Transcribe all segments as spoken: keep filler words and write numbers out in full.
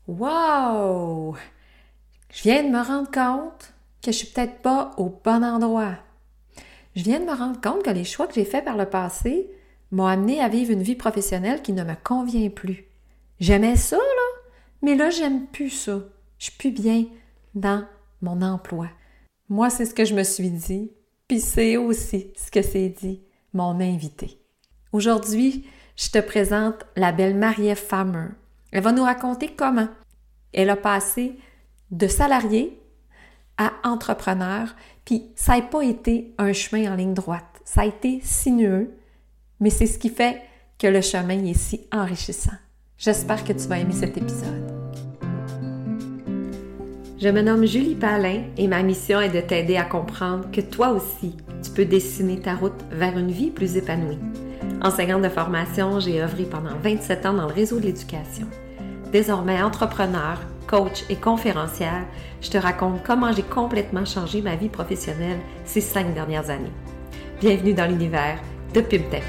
Wow! Je viens de me rendre compte que je suis peut-être pas au bon endroit. Je viens de me rendre compte que les choix que j'ai faits par le passé m'ont amené à vivre une vie professionnelle qui ne me convient plus. J'aimais ça, là, mais là, j'aime plus ça. Je suis plus bien dans mon emploi. Moi, c'est ce que je me suis dit, puis c'est aussi ce que s'est dit mon invité. Aujourd'hui, je te présente la belle Marie-Ève Farmer. Elle va nous raconter comment elle a passé de salarié à entrepreneur, puis ça n'a pas été un chemin en ligne droite. Ça a été sinueux, mais c'est ce qui fait que le chemin est si enrichissant. J'espère que tu vas aimer cet épisode. Je me nomme Julie Palin et ma mission est de t'aider à comprendre que toi aussi, tu peux dessiner ta route vers une vie plus épanouie. Enseignante de formation, j'ai œuvré pendant vingt-sept ans dans le réseau de l'éducation. Désormais entrepreneur, coach et conférencière, je te raconte comment j'ai complètement changé ma vie professionnelle ces cinq dernières années. Bienvenue dans l'univers de Pimpe ta vie.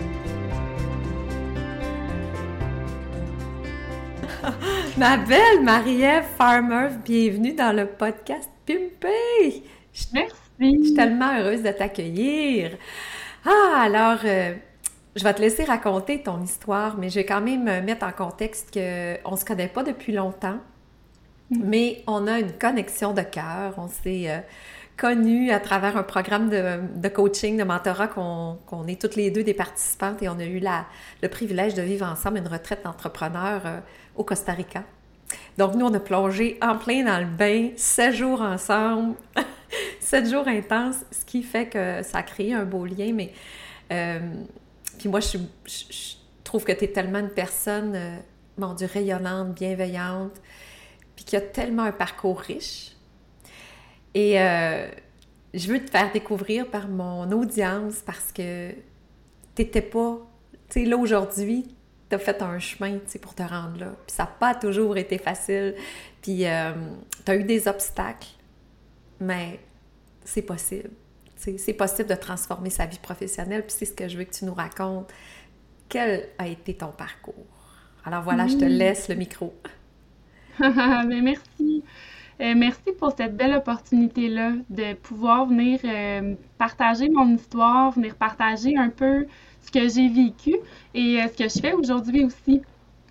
Ma belle Marie-Ève Farmer, bienvenue dans le podcast Pimpé! Je Merci! je suis tellement heureuse de t'accueillir. Ah, alors, euh, je vais te laisser raconter ton histoire, mais je vais quand même mettre en contexte qu'on ne se connaît pas depuis longtemps, mais on a une connexion de cœur. On s'est euh, connus à travers un programme de, de coaching, de mentorat qu'on, qu'on est toutes les deux des participantes et on a eu la, le privilège de vivre ensemble une retraite d'entrepreneurs euh, au Costa Rica. Donc, nous, on a plongé en plein dans le bain, sept jours ensemble, sept jours intenses, ce qui fait que ça a créé un beau lien. Mais euh, puis moi, je, je, je trouve que tu es tellement une personne, euh, mon Dieu, rayonnante, bienveillante, puis qui a tellement un parcours riche. Et euh, je veux te faire découvrir par mon audience parce que tu n'étais pas, tu sais, là aujourd'hui, tu as fait un chemin, tu sais, pour te rendre là. Puis ça n'a pas toujours été facile. Puis euh, tu as eu des obstacles, mais c'est possible. Tu sais, c'est possible de transformer sa vie professionnelle. Puis c'est ce que je veux que tu nous racontes. Quel a été ton parcours? Alors voilà, je te Oui. laisse le micro. Mais merci. Euh, merci pour cette belle opportunité-là de pouvoir venir euh, partager mon histoire, venir partager un peu ce que j'ai vécu et euh, ce que je fais aujourd'hui aussi.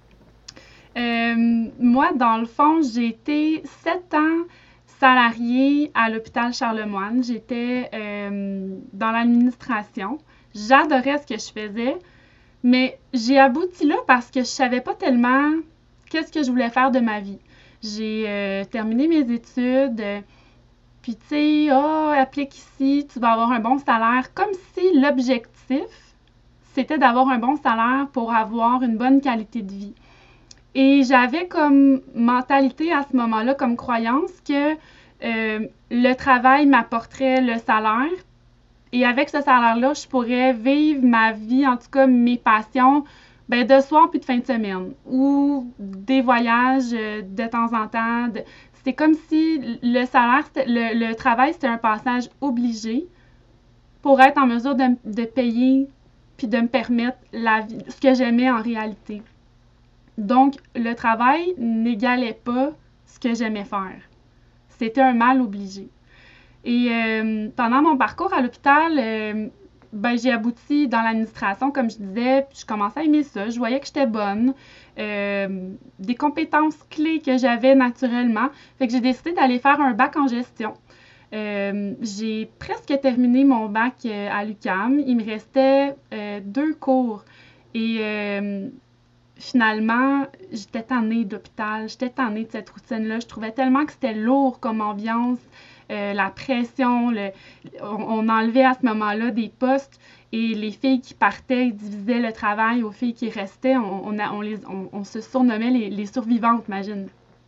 Euh, moi, dans le fond, j'ai été sept ans salariée à l'hôpital Charlemagne. J'étais euh, dans l'administration. J'adorais ce que je faisais, mais j'ai abouti là parce que je savais pas tellement qu'est-ce que je voulais faire de ma vie. J'ai euh, terminé mes études, euh, puis tu sais, ah, applique ici, tu vas avoir un bon salaire, comme si l'objectif, c'était d'avoir un bon salaire pour avoir une bonne qualité de vie. Et j'avais comme mentalité à ce moment-là, comme croyance, que euh, le travail m'apporterait le salaire. Et avec ce salaire-là, je pourrais vivre ma vie, en tout cas mes passions, ben, de soir puis de fin de semaine. Ou des voyages euh, de temps en temps. De... C'est comme si le salaire, le, le travail, c'était un passage obligé pour être en mesure de, de payer puis de me permettre la vie, ce que j'aimais en réalité. Donc, le travail n'égalait pas ce que j'aimais faire. C'était un mal obligé. Et euh, pendant mon parcours à l'hôpital, euh, ben, j'ai abouti dans l'administration, comme je disais, puis je commençais à aimer ça. Je voyais que j'étais bonne, euh, des compétences clés que j'avais naturellement. Fait que j'ai décidé d'aller faire un bac en gestion. Euh, j'ai presque terminé mon bac euh, à l'U Q A M. Il me restait euh, deux cours. Et euh, finalement, j'étais tannée d'hôpital, j'étais tannée de cette routine-là. Je trouvais tellement que c'était lourd comme ambiance, euh, la pression, le, on, on enlevait à ce moment-là des postes et les filles qui partaient ils divisaient le travail aux filles qui restaient. On, on, a, on, les, on, on se surnommait les, les survivantes, imagine.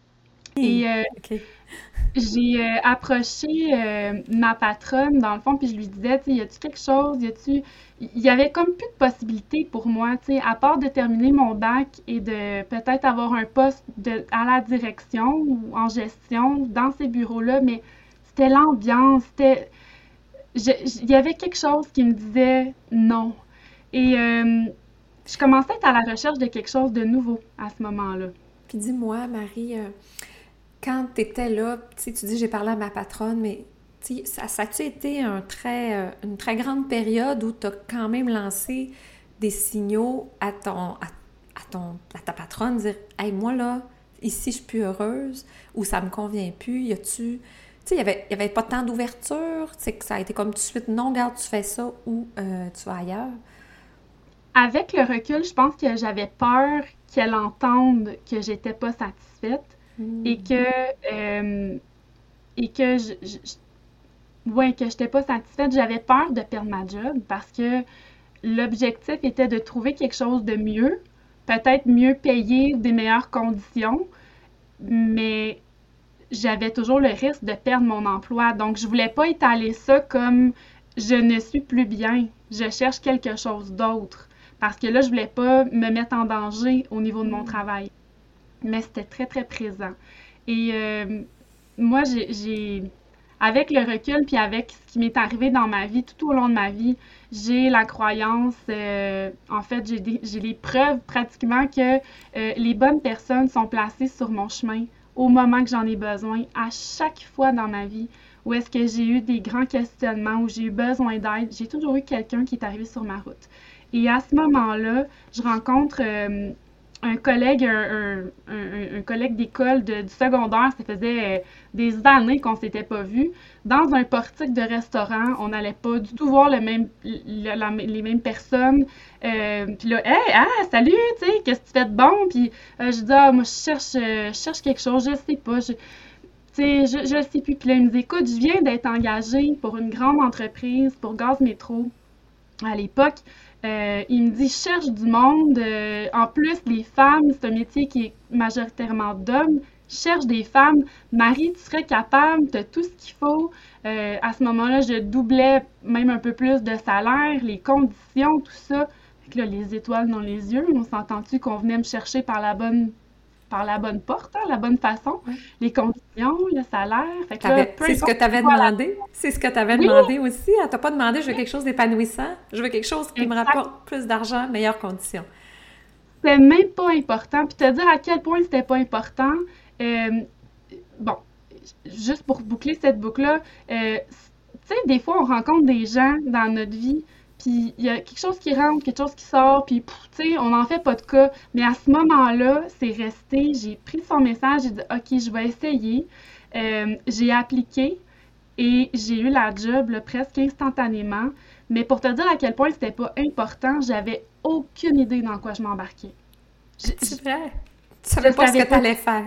Et euh, OK. j'ai euh, approché euh, ma patronne, dans le fond, puis je lui disais, tu sais, y a-tu quelque chose, y a-tu... Il y avait comme plus de possibilités pour moi, tu sais, à part de terminer mon bac et de peut-être avoir un poste de, à la direction ou en gestion dans ces bureaux-là, mais c'était l'ambiance, c'était... je- je- Il y avait quelque chose qui me disait non. Et euh, je commençais à être à la recherche de quelque chose de nouveau à ce moment-là. Puis dis-moi, Marie, euh, quand tu étais là, tu sais, tu dis j'ai parlé à ma patronne, mais tu sais, ça, ça a-tu été un très, euh, une très grande période où tu as quand même lancé des signaux à ton, à, à ton, à ta patronne, dire hey, moi là, ici je suis plus heureuse, ou ça me convient plus, y a-tu. Tu sais, il n'y avait, y avait pas tant d'ouverture, tu sais, que ça a été comme tout de suite, non, regarde, tu fais ça ou euh, tu vas ailleurs. Avec le recul, je pense que j'avais peur qu'elle entende que j'étais pas satisfaite et Hmm. que, euh, et que je, je- je- ouais, que j'étais pas satisfaite. J'avais peur de perdre ma job parce que l'objectif était de trouver quelque chose de mieux, peut-être mieux payé, des meilleures conditions, mais j'avais toujours le risque de perdre mon emploi. Donc, je voulais pas étaler ça comme je ne suis plus bien, je cherche quelque chose d'autre. Parce que là, je voulais pas me mettre en danger au niveau de mon Hmm. travail. Mais c'était très, très présent. Et euh, moi, j'ai, j'ai- avec le recul, puis avec ce qui m'est arrivé dans ma vie, tout au long de ma vie, j'ai la croyance, euh, en fait, j'ai des- j'ai les preuves pratiquement que euh, les bonnes personnes sont placées sur mon chemin au moment que j'en ai besoin, à chaque fois dans ma vie, où est-ce que j'ai eu des grands questionnements, où j'ai eu besoin d'aide, j'ai toujours eu quelqu'un qui est arrivé sur ma route. Et à ce moment-là, je rencontre euh, un collègue, un, un- un- un collègue d'école de- du secondaire, ça faisait euh, des années qu'on s'était pas vus, dans un portique de restaurant. On n'allait pas du tout voir le même, le- la- les mêmes personnes. Euh, puis là, hey, ah, salut, tu sais, qu'est-ce que tu fais de bon? Puis euh, je dis, ah, moi, je cherche, euh, je cherche quelque chose, je sais pas, je, tu sais, je, je sais plus. Puis là, il me dit, écoute, je viens d'être engagée pour une grande entreprise, pour Gaz Métro à l'époque. Euh, il me dit, je cherche du monde. Euh, en plus, les femmes, c'est un métier qui est majoritairement d'hommes. Je cherche des femmes. Marie, tu serais capable, tu as tout ce qu'il faut. Euh, à ce moment-là, je doublais même un peu plus de salaire, les conditions, tout ça. Fait que là, les étoiles dans les yeux, on s'entend-tu qu'on venait me chercher par la bonne, par la bonne porte, hein, la bonne façon? Ouais. Les conditions, le salaire. Fait que là, T'avais- peu C'est ce que importe tu avais quoi, demandé? C'est ce que tu avais oui, demandé aussi? Elle t'a pas demandé, je veux quelque chose d'épanouissant, je veux quelque chose qui me exact. rapporte plus d'argent, meilleures conditions. C'était même pas important. Puis te dire à quel point c'était pas important, euh, bon, juste pour boucler cette boucle-là, euh, tu sais, des fois, on rencontre des gens dans notre vie, puis il y a quelque chose qui rentre, quelque chose qui sort, puis pff, tu sais, on n'en fait pas de cas. Mais à ce moment-là, c'est resté, j'ai pris son message, j'ai dit, OK, je vais essayer. Euh, j'ai appliqué et j'ai eu la job là, presque instantanément. Mais pour te dire à quel point c'était pas important, j'avais aucune idée dans quoi je m'embarquais. Je, je, C'est vrai. Tu savais je pas ce que savais tu pas allais faire.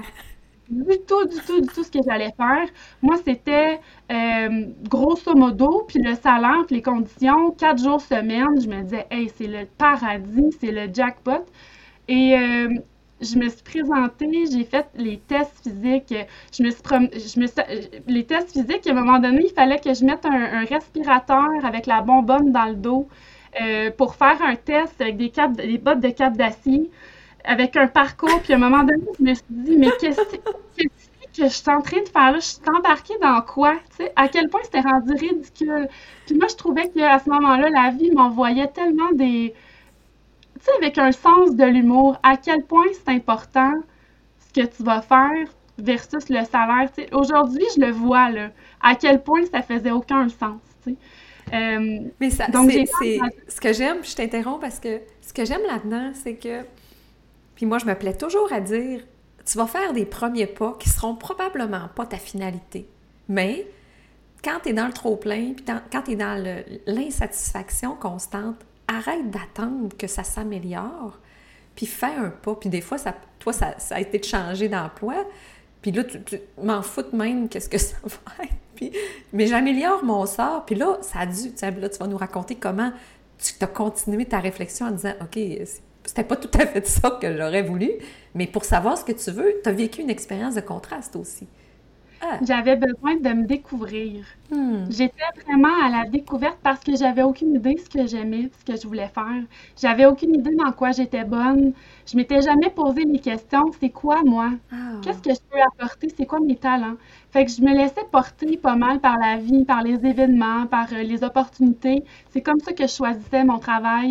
du tout, du tout, du tout ce que j'allais faire. Moi, c'était euh, grosso modo, puis le salaire, puis les conditions, quatre jours semaine. Je me disais, hey, c'est le paradis, c'est le jackpot. Et euh, je me suis présentée, j'ai fait les tests physiques. Je me suis prom- je me suis- les tests physiques, à un moment donné, il fallait que je mette un, un respirateur avec la bonbonne dans le dos euh, pour faire un test avec des, câbles, des bottes de câble d'acier, avec un parcours. Puis à un moment donné, je me suis dit, mais qu'est-ce qu'est-ce que je suis en train de faire là? Je suis embarquée dans quoi? Tu sais, à quel point c'était rendu ridicule. Puis moi, je trouvais qu'à ce moment-là, la vie m'envoyait tellement des, tu sais, avec un sens de l'humour, à quel point c'est important ce que tu vas faire versus le salaire. Tu sais, aujourd'hui, je le vois, là, à quel point ça faisait aucun sens. Tu sais. Euh, Mais ça, donc, j'ai c'est, c'est ce que j'aime, puis je t'interromps parce que ce que j'aime là-dedans, c'est que, puis moi, je me plais toujours à dire, tu vas faire des premiers pas qui seront probablement pas ta finalité. Mais quand tu es dans le trop-plein, puis dans- quand tu es dans le- l'insatisfaction constante, arrête d'attendre que ça s'améliore, puis fais un pas. Puis des fois, ça, toi, ça, ça a été de changer d'emploi, puis là, tu, tu m'en fous de même qu'est-ce que ça va être. Puis, mais j'améliore mon sort, puis là, ça a dû, tu sais, là, tu vas nous raconter comment tu as continué ta réflexion en disant, OK, c'était pas tout à fait ça que j'aurais voulu, mais pour savoir ce que tu veux, tu as vécu une expérience de contraste aussi. Ah, J'avais besoin de me découvrir. hmm, J'étais vraiment à la découverte parce que j'avais aucune idée ce que j'aimais, ce que je voulais faire. J'avais aucune idée dans quoi j'étais bonne. Je m'étais jamais posé les questions, c'est quoi moi? ah, Qu'est-ce que je peux apporter? C'est quoi mes talents? Fait que je me laissais porter pas mal par la vie, par les événements, par euh, les opportunités. C'est comme ça que je choisissais mon travail.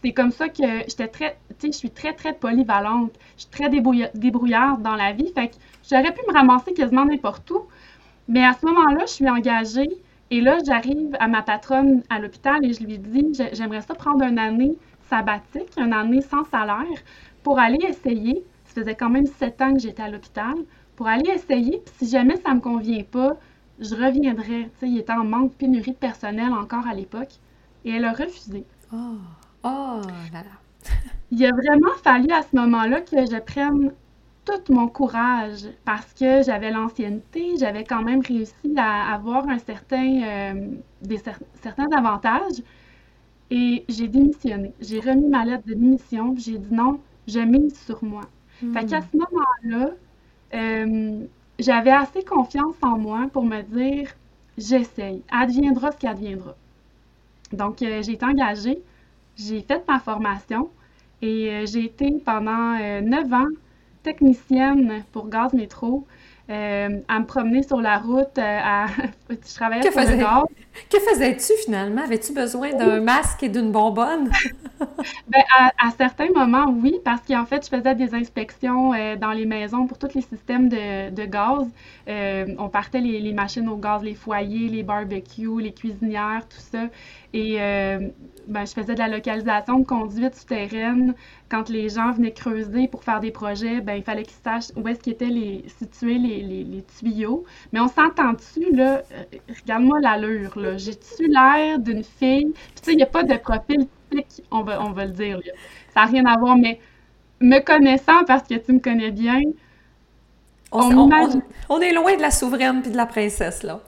c'est comme ça que j'étais très, tu sais, je suis très, très polyvalente. Je suis très débrouilla- débrouillarde dans la vie. Fait que j'aurais pu me ramasser quasiment n'importe où. Mais à ce moment-là, je suis engagée. Et là, j'arrive à ma patronne à l'hôpital et je lui dis, j'ai- j'aimerais ça prendre une année sabbatique, une année sans salaire, pour aller essayer. Ça faisait quand même sept ans que j'étais à l'hôpital. Pour aller essayer. Puis si jamais ça me convient pas, je reviendrais. Tu sais, il était en manque, pénurie de personnel encore à l'époque. Et elle a refusé. Oh, oh là là. Il a vraiment fallu à ce moment-là que je prenne tout mon courage parce que j'avais l'ancienneté, j'avais quand même réussi à avoir un certain, euh, des cer- certains avantages et j'ai démissionné. J'ai remis ma lettre de démission, puis j'ai dit non, je mise sur moi. Fait qu'à Hmm. ce moment-là, euh, j'avais assez confiance en moi pour me dire j'essaye, adviendra ce qui adviendra. Donc, euh, j'ai été engagée, j'ai fait ma formation et euh, j'ai été pendant euh, neuf ans technicienne pour Gaz Métro, euh, à me promener sur la route, euh, à... je travaillais Que sur le faisais, gaz. que faisais-tu finalement? Avais-tu besoin d'un masque et d'une bonbonne? Ben, à, à certains moments, oui, parce qu'en fait, je faisais des inspections euh, dans les maisons pour tous les systèmes de, de gaz. Euh, on partait les, les machines au gaz, les foyers, les barbecues, les cuisinières, tout ça. Et euh, ben, je faisais de la localisation de conduite souterraine. Quand les gens venaient creuser pour faire des projets, ben, il fallait qu'ils sachent où est-ce qu'étaient les, situés les, les, les tuyaux. Mais on s'entend dessus, là, euh, regarde-moi l'allure, là. J'ai-tu l'air d'une fille? Puis tu sais, il n'y a pas de profil typique, on va, on va le dire, là. Ça n'a rien à voir, mais me connaissant, parce que tu me connais bien, On, on s- on- on- m'imagine. on est loin de la souveraine puis de la princesse, là.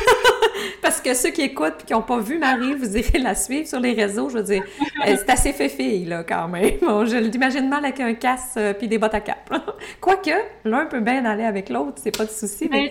Parce que ceux qui écoutent et qui n'ont pas vu Marie, vous irez la suivre sur les réseaux. Je veux dire, euh, c'est assez fait-fille, là, quand même. Bon, je l'imagine mal avec un casque euh, puis des bottes à cap. Quoique, l'un peut bien aller avec l'autre, c'est pas de souci, mais Mais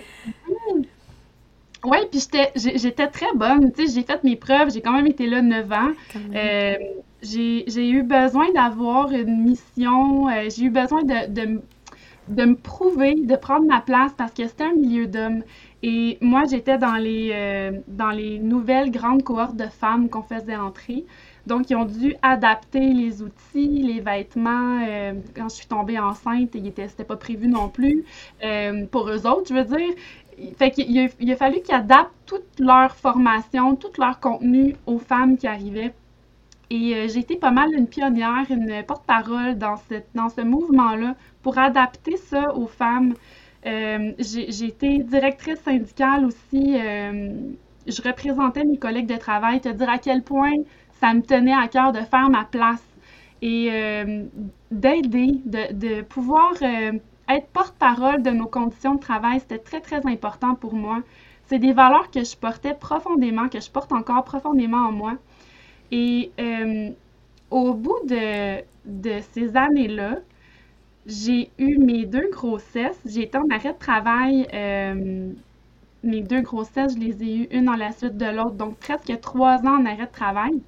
oui, puis j'étais j'ai- j'étais très bonne. Tu sais, j'ai fait mes preuves, j'ai quand même été là neuf ans. quand même. Euh, j'ai j'ai eu besoin d'avoir une mission, euh, j'ai eu besoin de, de, m- de me prouver, de prendre ma place parce que c'était un milieu d'hommes. Et moi, j'étais dans les, euh, dans les nouvelles grandes cohortes de femmes qu'on faisait entrer. Donc, ils ont dû adapter les outils, les vêtements. Euh, quand je suis tombée enceinte, il était, c'était pas prévu non plus euh, pour eux autres, je veux dire. Fait qu'il a, il a fallu qu'ils adaptent toute leur formation, tout leur contenu aux femmes qui arrivaient. Et euh, j'ai été pas mal une pionnière, une porte-parole dans, cette, dans ce mouvement-là pour adapter ça aux femmes. Euh, j'ai, j'ai été directrice syndicale aussi. Euh, je représentais mes collègues de travail, te dire à quel point ça me tenait à cœur de faire ma place et euh, d'aider, de, de pouvoir euh, être porte-parole de nos conditions de travail. C'était très, très important pour moi. C'est des valeurs que je portais profondément, que je porte encore profondément en moi. Et euh, au bout de, de ces années-là, j'ai eu mes deux grossesses. J'ai été en arrêt de travail. Euh, mes deux grossesses, je les ai eues une dans la suite de l'autre, donc presque trois ans en arrêt de travail.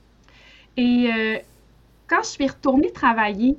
Et euh, quand je suis retournée travailler,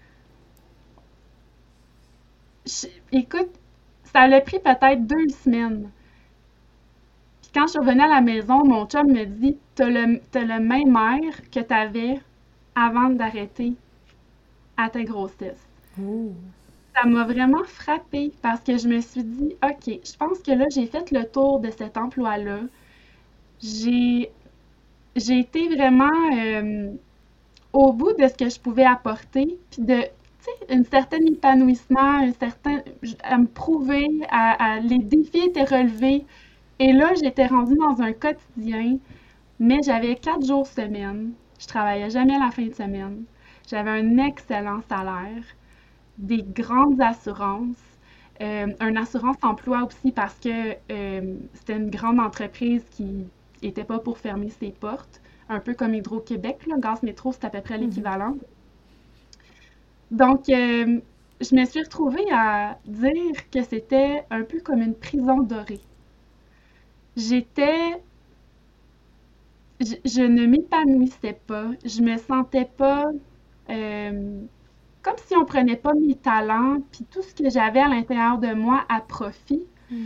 je- écoute, ça a pris peut-être deux semaines. Puis quand je suis revenue à la maison, mon chum me dit, t'as le, t'as le même air que t'avais avant d'arrêter à ta grossesse. Oh. Ça m'a vraiment frappée parce que je me suis dit, OK, je pense que là, j'ai fait le tour de cet emploi-là. J'ai, j'ai été vraiment euh, au bout de ce que je pouvais apporter, puis de, tu sais, un certain épanouissement, un certain, à me prouver, à, à- les défis étaient relevés. Et là, j'étais rendue dans un quotidien, mais j'avais quatre jours semaine. Je travaillais jamais la fin de semaine. J'avais un excellent salaire, des grandes assurances, euh, une assurance emploi aussi parce que euh, c'était une grande entreprise qui n'était pas pour fermer ses portes, un peu comme Hydro-Québec, là, Gaz Métro, c'est à peu près Mhm. l'équivalent. Donc, euh, je me suis retrouvée à dire que c'était un peu comme une prison dorée. J'étais, je, je ne m'épanouissais pas, je me sentais pas euh, comme si on prenait pas mes talents puis tout ce que j'avais à l'intérieur de moi à profit. Mm.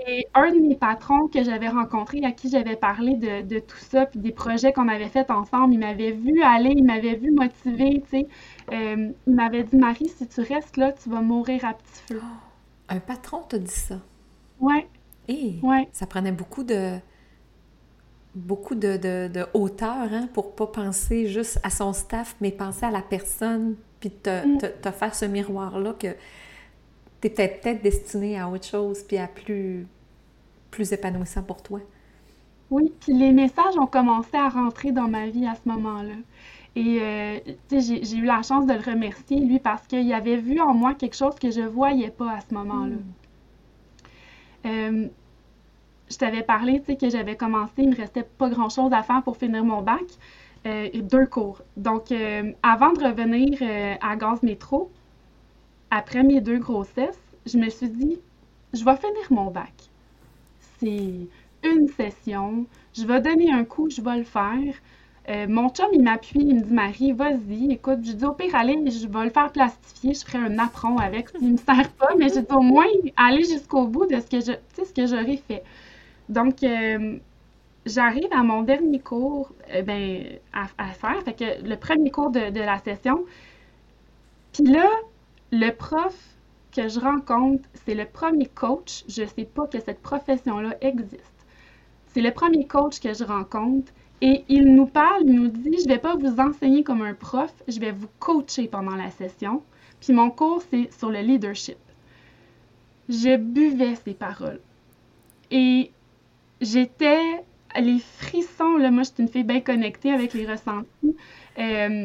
Et un de mes patrons que j'avais rencontré, à qui j'avais parlé de, de tout ça, puis des projets qu'on avait faits ensemble, il m'avait vu aller, il m'avait vu motiver, tu sais. Euh, il m'avait dit, Marie, si tu restes là, tu vas mourir à petit feu. Un patron t'a dit ça. Ouais, Et ouais. ça prenait beaucoup de beaucoup de, de, de hauteur, hein, pour pas penser juste à son staff, mais penser à la personne, puis te, Mm. te, te faire ce miroir-là que t'es peut-être peut-être destiné à autre chose, puis à plus, plus épanouissant pour toi. Oui, puis les messages ont commencé à rentrer dans ma vie à ce moment-là. Et euh, tu sais, j'ai, j'ai eu la chance de le remercier, lui, parce qu'il avait vu en moi quelque chose que je voyais pas à ce moment-là. Mm. Euh, je t'avais parlé, tu sais, que j'avais commencé, il me restait pas grand-chose à faire pour finir mon bac, euh, et deux cours. Donc, euh, avant de revenir euh, à Gaz Métro, après mes deux grossesses, je me suis dit, je vais finir mon bac. C'est une session, je vais donner un coup, je vais le faire. Euh, mon chum, il m'appuie, il me dit, Marie, vas-y, écoute, je dis au pire, allez, je vais le faire plastifier, je ferai un apron avec, il me sert pas, mais je dis au moins, aller jusqu'au bout de ce que je, tu sais, ce que j'aurais fait. Donc, euh, j'arrive à mon dernier cours, euh, ben, à, à faire, fait que le premier cours de, de la session, puis là, le prof que je rencontre, c'est le premier coach, je sais pas que cette profession-là existe. C'est le premier coach que je rencontre et il nous parle, il nous dit, je vais pas vous enseigner comme un prof, je vais vous coacher pendant la session. Puis mon cours, c'est sur le leadership. Je buvais ces paroles et j'étais, les frissons, là, moi, je suis une fille bien connectée avec les ressentis. Euh,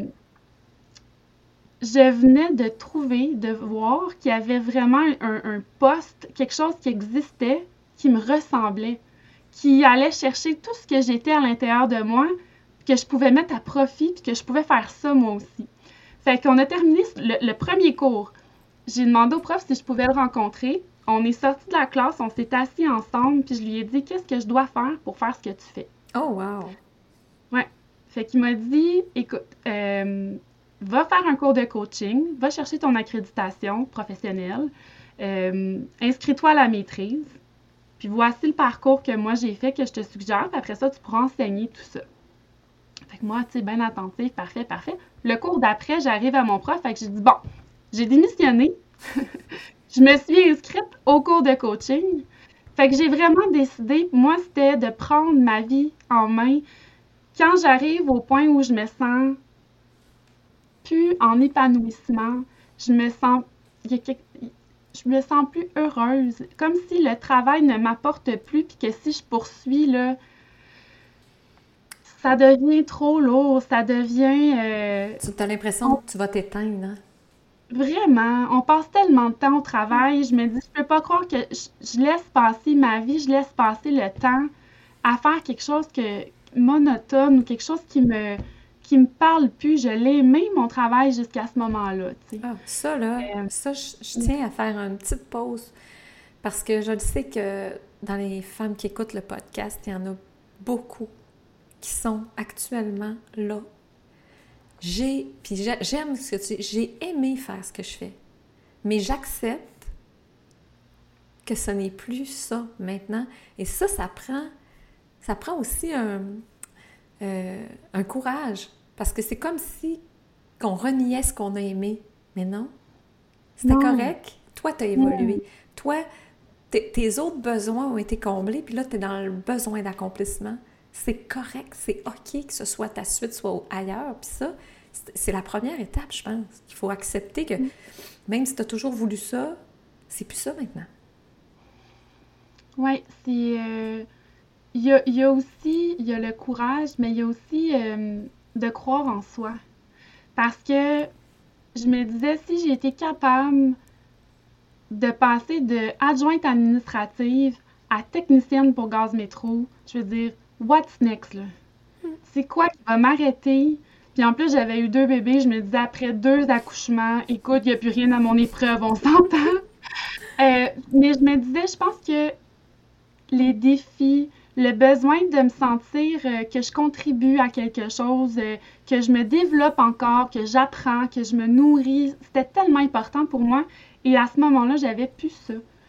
je venais de trouver, de voir qu'il y avait vraiment un, un poste, quelque chose qui existait, qui me ressemblait, qui allait chercher tout ce que j'étais à l'intérieur de moi, que je pouvais mettre à profit, puis que je pouvais faire ça moi aussi. Fait qu'on a terminé le, le premier cours. J'ai demandé au prof si je pouvais le rencontrer. On est sortis de la classe, on s'est assis ensemble, puis je lui ai dit qu'est-ce que je dois faire pour faire ce que tu fais. Oh, wow! Ouais. Fait qu'il m'a dit, écoute, euh, va faire un cours de coaching, va chercher ton accréditation professionnelle, euh, inscris-toi à la maîtrise, puis voici le parcours que moi j'ai fait, que je te suggère, puis après ça, tu pourras enseigner tout ça. Fait que moi, tu sais, bien attentif, parfait, parfait. Le cours d'après, j'arrive à mon prof, fait que j'ai dit, bon, j'ai démissionné, je me suis inscrite au cours de coaching, fait que j'ai vraiment décidé, moi, c'était de prendre ma vie en main. Quand j'arrive au point où je me sens plus en épanouissement, je me sens, je me sens plus heureuse, comme si le travail ne m'apporte plus, puis que si je poursuis, là, ça devient trop lourd, ça devient... euh, Tu as l'impression que tu vas t'éteindre, hein? Vraiment, on passe tellement de temps au travail, je me dis, je peux pas croire que je, je laisse passer ma vie, je laisse passer le temps à faire quelque chose que monotone ou quelque chose qui me qui me parle plus. Je l'ai aimé, mon travail, jusqu'à ce moment-là, tu sais. Ah, ça, là, Euh, ça, je, je tiens à faire une petite pause parce que je le sais que dans les femmes qui écoutent le podcast, il y en a beaucoup qui sont actuellement là. J'ai, puis j'ai- j'aime ce que tu dis, j'ai aimé faire ce que je fais, mais j'accepte que ce n'est plus ça maintenant. Et ça, ça prend, ça prend aussi un, euh, un courage, parce que c'est comme si qu'on reniait ce qu'on a aimé. Mais non, c'était non, correct. Toi, tu as non. évolué. Toi, tes tes autres besoins ont été comblés, puis là, tu es dans le besoin d'accomplissement. C'est correct, c'est OK que ce soit ta suite, soit ailleurs. Puis ça, c'est c'est la première étape, je pense. Il faut accepter que même si tu as toujours voulu ça, c'est plus ça maintenant. Ouais, c'est... euh, il y a, il y a aussi, il y a le courage, mais il y a aussi euh, de croire en soi. Parce que je me disais, si j'ai été capable de passer de adjointe administrative à technicienne pour Gaz Métro, je veux dire, what's next, là? C'est quoi qui va m'arrêter? Puis en plus, j'avais eu deux bébés, je me disais, après deux accouchements, écoute, il n'y a plus rien à mon épreuve, on s'entend. Euh, mais je me disais, je pense que les défis, le besoin de me sentir euh, que je contribue à quelque chose, euh, que je me développe encore, que j'apprends, que je me nourris, c'était tellement important pour moi. Et à ce moment-là, j'avais plus ça.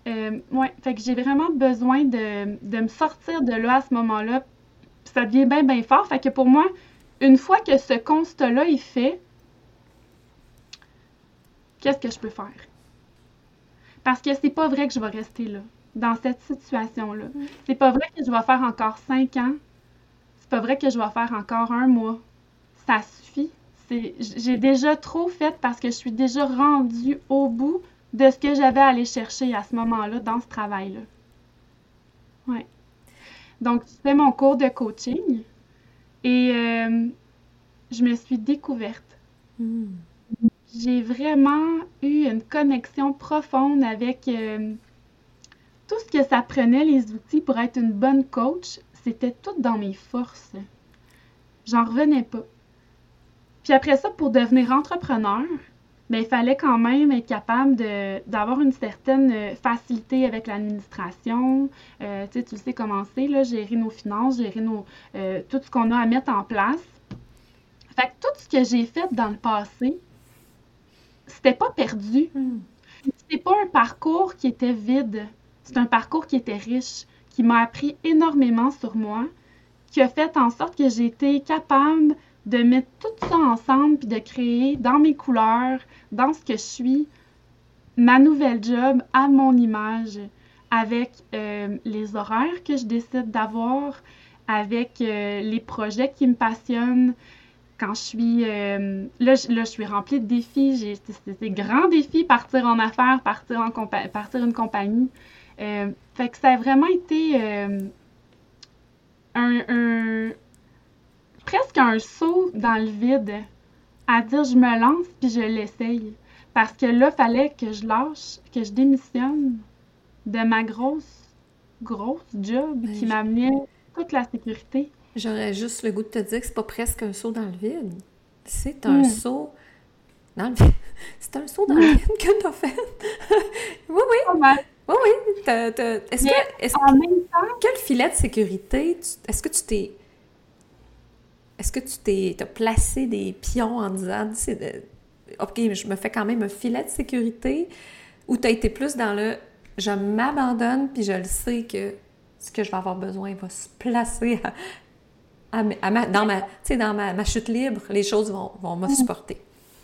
Euh, ouais, fait que j'ai vraiment besoin de, de me sortir de là à ce moment-là. Puis ça devient bien, bien fort. Fait que pour moi, une fois que ce constat-là est fait, qu'est-ce que je peux faire? Parce que c'est pas vrai que je vais rester là, dans cette situation-là. Mm. C'est pas vrai que je vais faire encore cinq ans. C'est pas vrai que je vais faire encore un mois. Ça suffit. C'est, j'ai déjà trop fait parce que je suis déjà rendue au bout de ce que j'avais à aller chercher à ce moment-là dans ce travail-là. Ouais. Donc, je fais mon cours de coaching et euh, je me suis découverte. Mm. J'ai vraiment eu une connexion profonde avec euh, tout ce que ça prenait, les outils pour être une bonne coach. C'était tout dans mes forces. J'en revenais pas. Puis après ça, pour devenir entrepreneur, ben, il fallait quand même être capable de, d'avoir une certaine facilité avec l'administration. Euh, tu sais, tu le sais comment c'est, là, gérer nos finances, gérer nos, euh, tout ce qu'on a à mettre en place. Fait que tout ce que j'ai fait dans le passé, c'était pas perdu. Mm. C'est pas un parcours qui était vide. C'est un parcours qui était riche, qui m'a appris énormément sur moi, qui a fait en sorte que j'ai été capable de mettre tout ça ensemble puis de créer dans mes couleurs, dans ce que je suis, ma nouvelle job à mon image, avec euh, les horaires que je décide d'avoir, avec euh, les projets qui me passionnent. Quand je suis... euh, là, je, là, je suis remplie de défis. J'ai c'est des grands défis, partir en affaires, partir en compa- partir une compagnie. Euh, fait que ça a vraiment été euh, un, un- presque un saut dans le vide à dire je me lance puis je l'essaye. Parce que là, fallait que je lâche, que je démissionne de ma grosse, grosse job Ben, qui j- m'amenait toute la sécurité. j'aurais juste le goût de te dire que c'est pas presque un saut dans le vide. C'est un Mm. saut dans le vide. C'est un saut dans le Mm. vide que t'as fait. Oui, oui, Pas mal. oui, oui. T'as- t'as- Est-ce que, Mais est-ce en que, même temps, quel filet de sécurité, tu- est-ce que tu t'es, est-ce que tu t'es, t'as placé des pions en disant, c'est de- OK, mais je me fais quand même un filet de sécurité, ou t'as été plus dans le, je m'abandonne, puis je le sais que ce que je vais avoir besoin va se placer à, à ma- à ma- dans ma, tu sais, dans ma, ma chute libre, les choses vont, vont me supporter.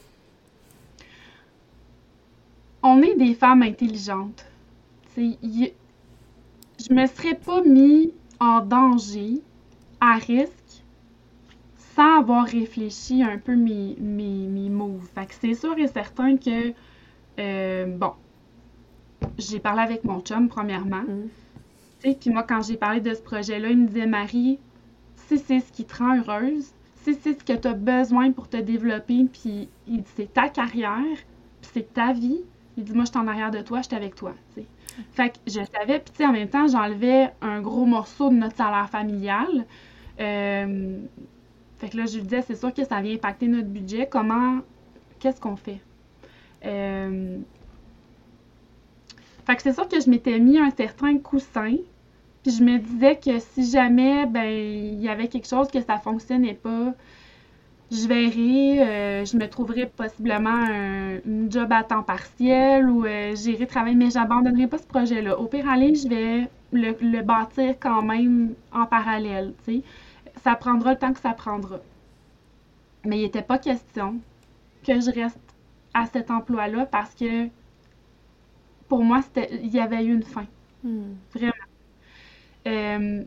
on est des femmes intelligentes. Tu sais, y- je me serais pas mis en danger, à risque, sans avoir réfléchi un peu mes, mes, mes moves. Fait que c'est sûr et certain que, euh, bon, j'ai parlé avec mon chum, premièrement. Mm. Tu sais, puis moi, quand j'ai parlé de ce projet-là, il me disait, Marie, si c'est ce qui te rend heureuse, si c'est ce que tu as besoin pour te développer, puis il dit, c'est ta carrière, puis c'est ta vie, il dit, moi, je suis en arrière de toi, je suis avec toi, tu sais. Fait que je savais, puis tu sais, en même temps, j'enlevais un gros morceau de notre salaire familial. Euh, fait que là, je lui disais, c'est sûr que ça vient impacter notre budget. Comment, qu'est-ce qu'on fait? Euh, fait que c'est sûr que je m'étais mis un certain coussin, puis je me disais que si jamais, ben, il y avait quelque chose que ça fonctionnait pas, je verrais, euh, je me trouverais possiblement un, une job à temps partiel ou euh, j'irai travailler, mais j'abandonnerai pas ce projet-là. Au pire aller, je vais le, le bâtir quand même en parallèle, tu sais. Ça prendra le temps que ça prendra. Mais il n'était pas question que je reste à cet emploi-là parce que pour moi, c'était, il y avait eu une fin. Mm. Vraiment. Euh,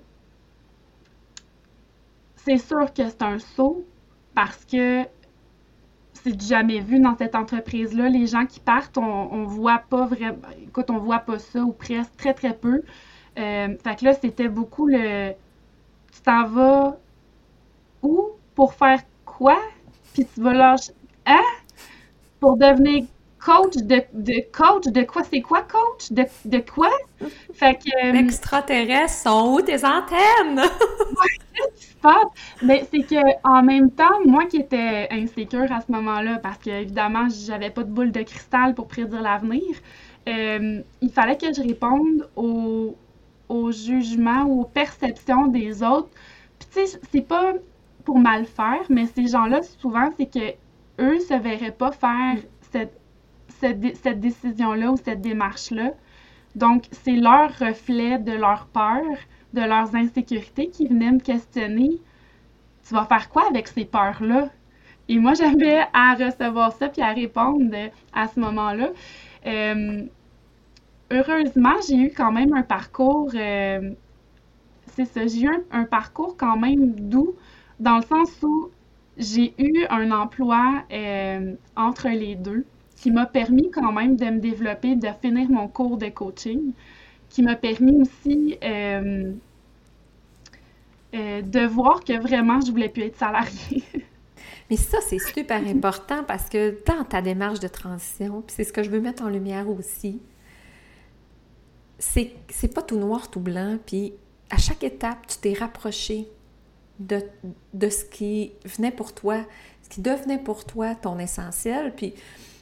c'est sûr que c'est un saut parce que c'est du jamais vu dans cette entreprise-là. Les gens qui partent, on, on voit pas vraiment, écoute, on voit pas ça ou presque très très peu. Euh, fait que là, c'était beaucoup le, tu t'en vas où pour faire quoi? Puis tu vas lâcher, hein? Pour devenir coach de, de coach de quoi? C'est quoi coach? De, de quoi? Fait que, euh, Extraterrestres, sont où tes antennes? Fab, mais c'est que en même temps, moi qui étais insécure à ce moment-là, parce que évidemment, j'avais pas de boule de cristal pour prédire l'avenir, euh, il fallait que je réponde aux, aux jugements ou aux perceptions des autres. Puis tu sais, c'est pas pour mal faire, mais ces gens-là, souvent, c'est que eux se verraient pas faire cette, cette, dé- cette décision-là ou cette démarche-là Donc, c'est leur reflet de leur peur, de leurs insécurités qui venaient me questionner. Tu vas faire quoi avec ces peurs-là? Et moi, j'avais à recevoir ça puis à répondre à ce moment-là. Euh, heureusement, j'ai eu quand même un parcours, euh, c'est ça, j'ai eu un, un parcours quand même doux, dans le sens où j'ai eu un emploi euh, entre les deux qui m'a permis quand même de me développer, de finir mon cours de coaching, qui m'a permis aussi euh, euh, de voir que vraiment je voulais plus être salariée. Mais ça, c'est super important parce que dans ta démarche de transition, puis c'est ce que je veux mettre en lumière aussi, c'est, c'est pas tout noir, tout blanc, puis à chaque étape, tu t'es rapproché de, de ce qui venait pour toi, ce qui devenait pour toi ton essentiel, puis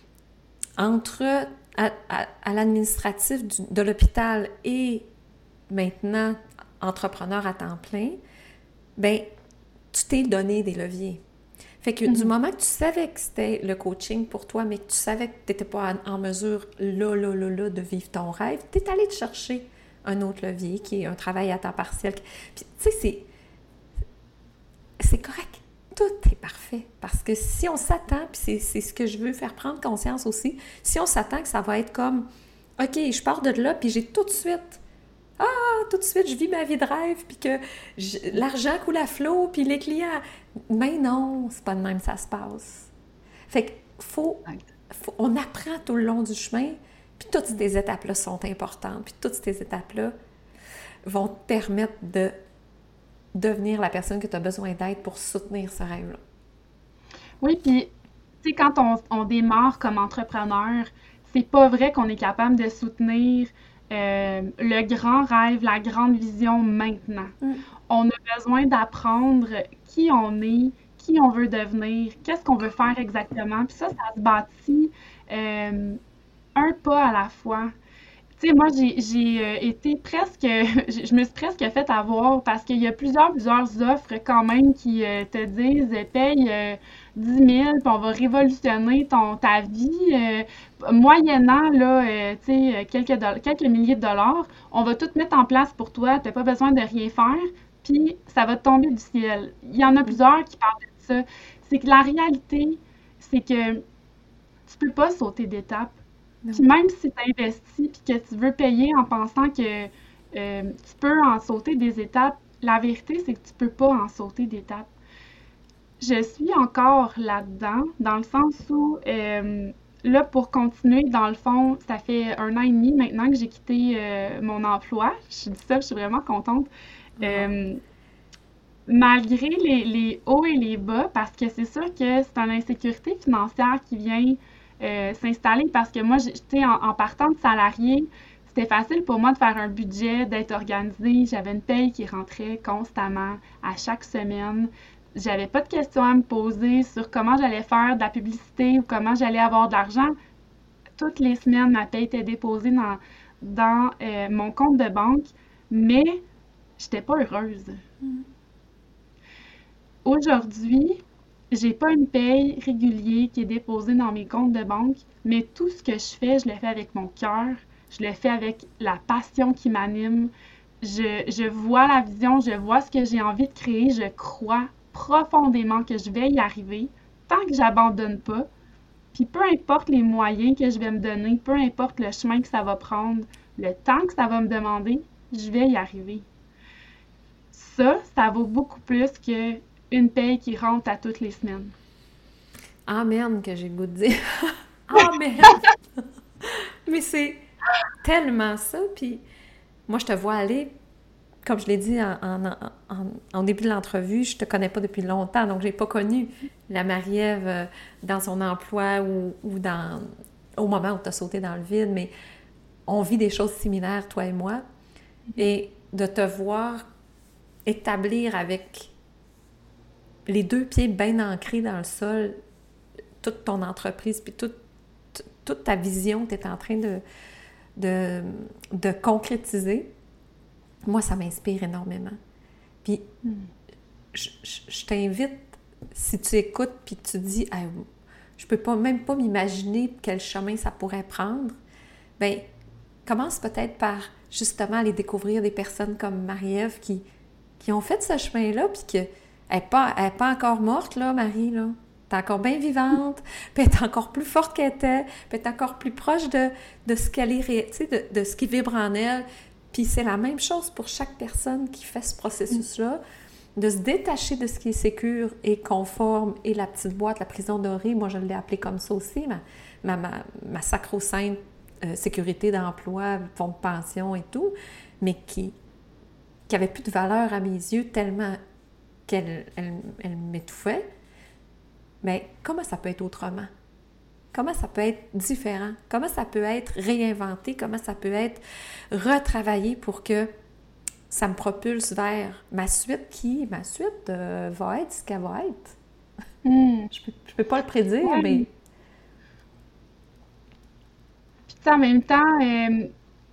entre à, à, à l'administratif du, de l'hôpital et maintenant entrepreneur à temps plein, ben tu t'es donné des leviers. Fait que mm-hmm. du moment que tu savais que c'était le coaching pour toi, mais que tu savais que tu n'étais pas en mesure, là, là, là, là, de vivre ton rêve, tu es allé te chercher un autre levier qui est un travail à temps partiel. Puis, tu sais, c'est, c'est correct. Tout est parfait. Parce que si on s'attend, puis c'est, c'est ce que je veux faire prendre conscience aussi, si on s'attend que ça va être comme, OK, je pars de là, puis j'ai tout de suite... Ah, tout de suite, je vis ma vie de rêve, puis que je, l'argent coule à flot, puis les clients... Mais non, c'est pas de même ça se passe. Fait que faut, faut... On apprend tout le long du chemin, puis toutes ces étapes-là sont importantes, puis toutes ces étapes-là vont te permettre de devenir la personne que tu as besoin d'être pour soutenir ce rêve-là. Oui, puis, tu sais, quand on, on démarre comme entrepreneur, c'est pas vrai qu'on est capable de soutenir... Euh, le grand rêve, la grande vision maintenant. Mm. On a besoin d'apprendre qui on est, qui on veut devenir, qu'est-ce qu'on veut faire exactement. Puis ça, ça se bâtit euh, un pas à la fois. Tu sais, moi, j'ai, j'ai euh, été presque... je me suis presque fait avoir parce qu'il y a plusieurs, plusieurs offres quand même qui euh, te disent « paye euh, dix mille, puis on va révolutionner ton, ta vie. Euh, moyennant, là, euh, tu sais, quelques, do- quelques milliers de dollars, on va tout mettre en place pour toi, tu n'as pas besoin de rien faire, puis ça va te tomber du ciel. » Il y en a plusieurs qui parlent de ça. C'est que la réalité, c'est que tu peux pas sauter d'étape. Puis même si tu investis puis que tu veux payer en pensant que euh, tu peux en sauter des étapes, la vérité, c'est que tu peux pas en sauter d'étapes. Je suis encore là-dedans, dans le sens où, euh, là, pour continuer, dans le fond, ça fait un an et demi maintenant que j'ai quitté euh, mon emploi. Je dis ça, je suis vraiment contente. Mm-hmm. Euh, malgré les, les hauts et les bas, parce que c'est sûr que c'est une insécurité financière qui vient euh, s'installer, parce que moi, tu sais, en, en partant de salarié, c'était facile pour moi de faire un budget, d'être organisée. J'avais une paye qui rentrait constamment, à chaque semaine. J'avais pas de questions à me poser sur comment j'allais faire de la publicité ou comment j'allais avoir de l'argent. Toutes les semaines, ma paye était déposée dans, dans euh, mon compte de banque, mais j'étais pas heureuse. Mm. Aujourd'hui, j'ai pas une paye régulière qui est déposée dans mes comptes de banque, mais tout ce que je fais, je le fais avec mon cœur, je le fais avec la passion qui m'anime. Je, je vois la vision, je vois ce que j'ai envie de créer, je crois profondément que je vais y arriver tant que j'abandonne pas. Puis peu importe les moyens que je vais me donner, peu importe le chemin que ça va prendre, le temps que ça va me demander, je vais y arriver. Ça, ça vaut beaucoup plus que une paye qui rentre à toutes les semaines. Amen, que j'ai le goût de dire. Amen! Mais c'est tellement ça. Puis moi, je te vois aller, comme je l'ai dit en, en, en, en début de l'entrevue, je te connais pas depuis longtemps, donc j'ai pas connu la Marie-Ève dans son emploi ou, ou dans, au moment où tu as sauté dans le vide, mais on vit des choses similaires, toi et moi. Et de te voir établir avec les deux pieds bien ancrés dans le sol, toute ton entreprise, puis toute, toute ta vision que tu es en train de, de, de concrétiser, moi, ça m'inspire énormément. Puis, mm. je, je, je t'invite, si tu écoutes, puis tu dis hey, « je peux pas, même pas m'imaginer quel chemin ça pourrait prendre », bien, commence peut-être par justement aller découvrir des personnes comme Marie-Ève qui, qui ont fait ce chemin-là, puis qu'elle n'est pas, elle est pas encore morte, là, Marie, là. Elle est encore bien vivante, puis elle est encore plus forte qu'elle était, puis elle est encore plus proche de, de ce qu'elle est, tu sais, de, de ce qui vibre en elle. Puis c'est la même chose pour chaque personne qui fait ce processus-là, de se détacher de ce qui est sécure et conforme, et la petite boîte, la prison dorée, moi je l'ai appelée comme ça aussi, ma, ma, ma, ma sacro-sainte euh, sécurité d'emploi, fonds de pension et tout, mais qui qui n'avait plus de valeur à mes yeux tellement qu'elle elle, elle m'étouffait. Mais comment ça peut être autrement? Comment ça peut être différent? Comment ça peut être réinventé? Comment ça peut être retravaillé pour que ça me propulse vers ma suite qui, ma suite, euh, va être ce qu'elle va être? Mm. Je peux, je peux pas le prédire, ouais. mais... Puis en même temps, euh,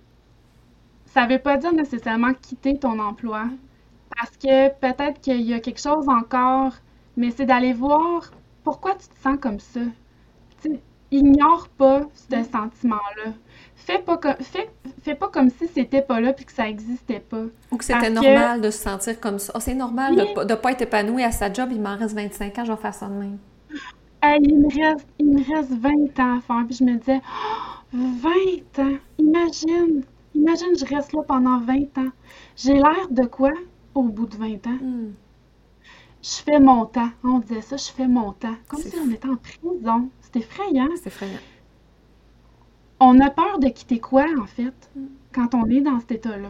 ça veut pas dire nécessairement quitter ton emploi. Parce que peut-être qu'il y a quelque chose encore, mais c'est d'aller voir pourquoi tu te sens comme ça. T'sais, ignore pas ce sentiment-là. Fais pas, comme, fais, fais pas comme si c'était pas là puis que ça n'existait pas. Ou que c'était normal que... de se sentir comme ça. Oh, c'est normal oui. de ne pas être épanoui à sa job. Il m'en reste vingt-cinq ans, je vais faire ça de même. Hey, il, me reste, il me reste vingt ans à faire. Puis je me disais, oh, vingt ans! Imagine! Imagine, je reste là pendant vingt ans. J'ai l'air de quoi au bout de vingt ans? Mm. Je fais mon temps. On disait ça, je fais mon temps. Comme c'est si fou. On était en prison. C'est effrayant. C'est effrayant. On a peur de quitter quoi, en fait, mm. quand on est dans cet état-là?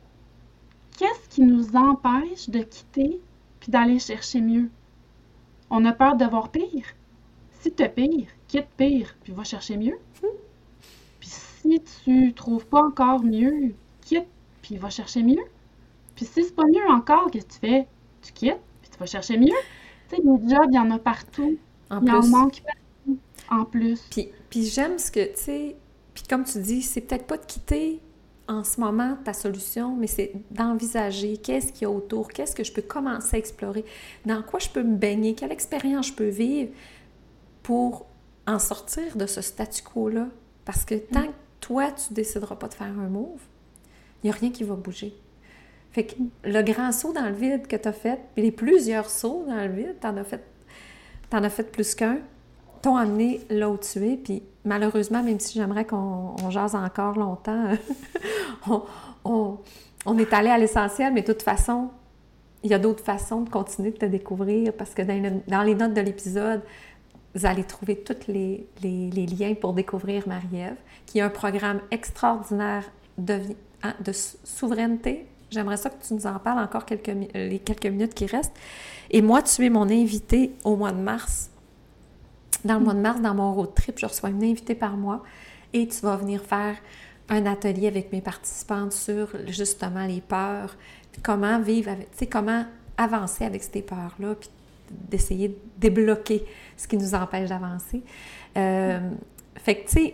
Qu'est-ce qui nous empêche de quitter puis d'aller chercher mieux? On a peur de voir pire. Si tu as pire, quitte pire, puis va chercher mieux. Mm. Puis si tu trouves pas encore mieux, quitte, puis va chercher mieux. Puis si c'est pas mieux encore, qu'est-ce que tu fais? Tu quittes, puis tu vas chercher mieux. Tu sais, les jobs, il y en a partout. En il plus. en manque partout. En plus. Puis, puis j'aime ce que, tu sais, puis comme tu dis, c'est peut-être pas de quitter en ce moment ta solution, mais c'est d'envisager qu'est-ce qu'il y a autour, qu'est-ce que je peux commencer à explorer, dans quoi je peux me baigner, quelle expérience je peux vivre pour en sortir de ce statu quo-là. Parce que tant que toi, tu décideras pas de faire un move, il n'y a rien qui va bouger. Fait que le grand saut dans le vide que tu as fait, puis les plusieurs sauts dans le vide, tu en as fait, t'en as fait plus qu'un, t'ont amené là où tu es. Puis malheureusement, même si j'aimerais qu'on on jase encore longtemps, on, on, on est allé à l'essentiel, mais de toute façon, il y a d'autres façons de continuer de te découvrir parce que dans, le, dans les notes de l'épisode, vous allez trouver tous les, les, les liens pour découvrir Marie-Ève, qui a un programme extraordinaire de, de souveraineté. J'aimerais ça que tu nous en parles encore quelques, les quelques minutes qui restent. Et moi, tu es mon invitée au mois de mars. Dans le mois de mars, dans mon road trip, je reçois une invitée par mois et tu vas venir faire un atelier avec mes participantes sur justement les peurs, puis comment vivre avec, tu sais, comment avancer avec ces peurs-là, puis d'essayer de débloquer ce qui nous empêche d'avancer. Euh, mm. Fait que, tu sais,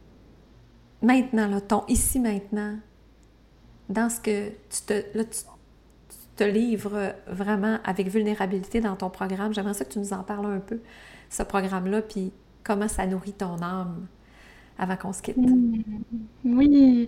maintenant, là, ton ici, maintenant, dans ce que tu te, là, tu, tu te livres vraiment avec vulnérabilité dans ton programme, j'aimerais ça que tu nous en parles un peu, ce programme-là, puis comment ça nourrit ton âme avant qu'on se quitte. Mm. Oui,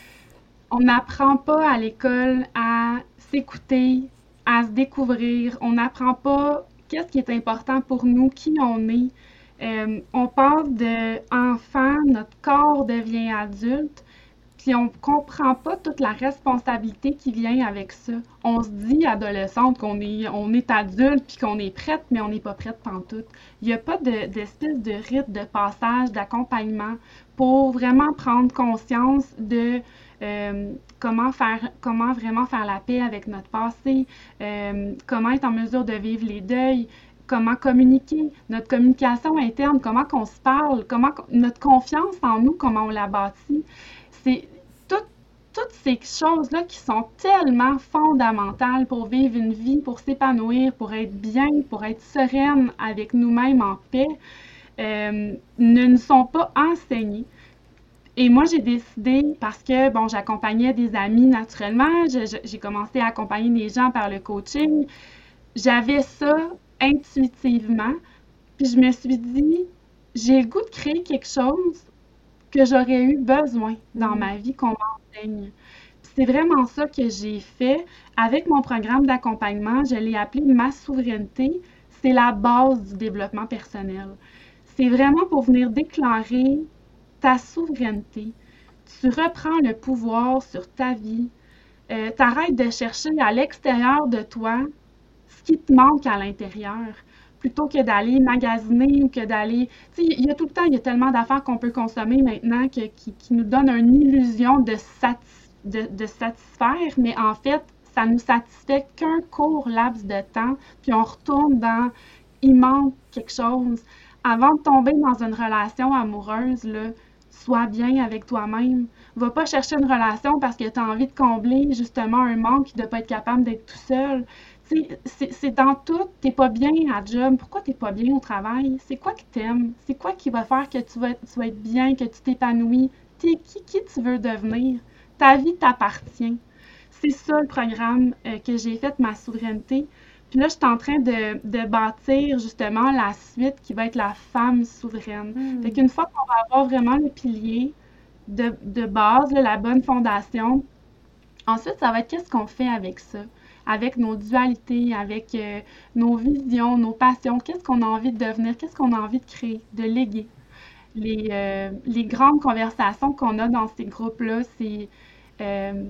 on n'apprend pas à l'école à s'écouter, à se découvrir, on n'apprend pas qu'est-ce qui est important pour nous, qui on est. Euh, on passe d'enfant, notre corps devient adulte, puis on comprend pas toute la responsabilité qui vient avec ça. On se dit, adolescente, qu'on est, on est adulte, puis qu'on est prête, mais on n'est pas prête pantoute. Il n'y a pas de, d'espèce de rite de passage, d'accompagnement pour vraiment prendre conscience de euh, comment faire, comment vraiment faire la paix avec notre passé, euh, comment être en mesure de vivre les deuils, comment communiquer, notre communication interne, comment qu'on se parle, comment notre confiance en nous, comment on la bâtit. C'est tout, toutes ces choses-là qui sont tellement fondamentales pour vivre une vie, pour s'épanouir, pour être bien, pour être sereine avec nous-mêmes en paix, euh, ne nous sont pas enseignées. Et moi, j'ai décidé, parce que, bon, j'accompagnais des amis naturellement, je, je, j'ai commencé à accompagner des gens par le coaching, j'avais ça intuitivement, puis je me suis dit, j'ai le goût de créer quelque chose que j'aurais eu besoin dans ma vie qu'on m'enseigne. Puis c'est vraiment ça que j'ai fait avec mon programme d'accompagnement. Je l'ai appelé Ma souveraineté. C'est la base du développement personnel. C'est vraiment pour venir déclarer ta souveraineté. Tu reprends le pouvoir sur ta vie. Euh, t'arrêtes de chercher à l'extérieur de toi ce qui te manque à l'intérieur, plutôt que d'aller magasiner ou que d'aller... Tu sais, il y a tout le temps, il y a tellement d'affaires qu'on peut consommer maintenant que, qui, qui nous donnent une illusion de, satis, de, de satisfaire, mais en fait, ça nous satisfait qu'un court laps de temps, puis on retourne dans « il manque quelque chose ». Avant de tomber dans une relation amoureuse, là, sois bien avec toi-même. Va pas chercher une relation parce que tu as envie de combler justement un manque de ne pas être capable d'être tout seul. C'est dans tout. T'es pas bien à job. Pourquoi t'es pas bien au travail? C'est quoi que t'aimes? C'est quoi qui va faire que tu vas, tu vas être bien, que tu t'épanouis? T'es qui, qui tu veux devenir? Ta vie t'appartient. C'est ça le programme euh, que j'ai fait, Ma souveraineté. Puis là, je suis en train de, de bâtir justement la suite qui va être la femme souveraine. Mm. Fait qu'une fois qu'on va avoir vraiment le pilier de, de base, là, la bonne fondation, ensuite, ça va être qu'est-ce qu'on fait avec ça? Avec nos dualités, avec euh, nos visions, nos passions, qu'est-ce qu'on a envie de devenir, qu'est-ce qu'on a envie de créer, de léguer. Les, euh, les grandes conversations qu'on a dans ces groupes-là, c'est euh,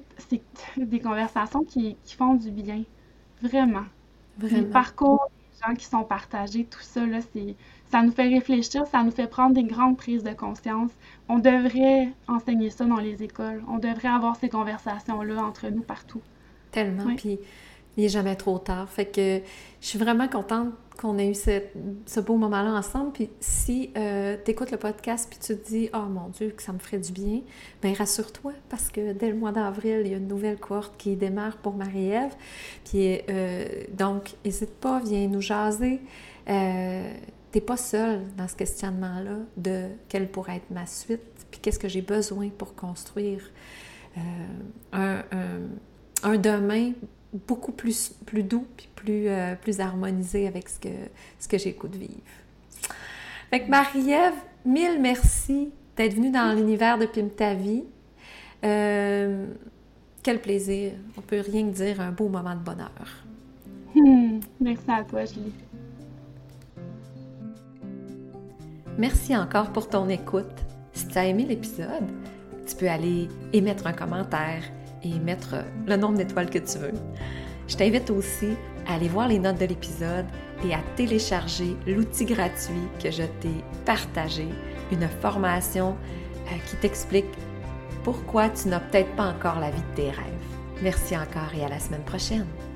des conversations qui, qui font du bien. Vraiment. Vraiment. Les parcours, les gens qui sont partagés, tout ça, là, c'est, ça nous fait réfléchir, ça nous fait prendre des grandes prises de conscience. On devrait enseigner ça dans les écoles. On devrait avoir ces conversations-là entre nous partout. Tellement, oui. Puis il n'est jamais trop tard. Fait que je suis vraiment contente qu'on ait eu ce, ce beau moment-là ensemble. Puis si euh, tu écoutes le podcast puis tu te dis « Oh mon Dieu, que ça me ferait du bien », bien rassure-toi parce que dès le mois d'avril, il y a une nouvelle cohorte qui démarre pour Marie-Ève. Puis euh, donc, n'hésite pas, viens nous jaser. Euh, tu n'es pas seule dans ce questionnement-là de quelle pourrait être ma suite puis qu'est-ce que j'ai besoin pour construire euh, un... un un demain beaucoup plus, plus doux puis plus, euh, plus harmonisé avec ce que, ce que j'ai le goût de vivre. Fait que Marie-Ève, mille merci d'être venue dans l'univers de Pimpe ta vie. Euh, quel plaisir. On peut rien que dire un beau moment de bonheur. Mmh, merci à toi, Julie. Merci encore pour ton écoute. Si tu as aimé l'épisode, tu peux aller émettre un commentaire et mettre le nombre d'étoiles que tu veux. Je t'invite aussi à aller voir les notes de l'épisode et à télécharger l'outil gratuit que je t'ai partagé, une formation euh, qui t'explique pourquoi tu n'as peut-être pas encore la vie de tes rêves. Merci encore et à la semaine prochaine.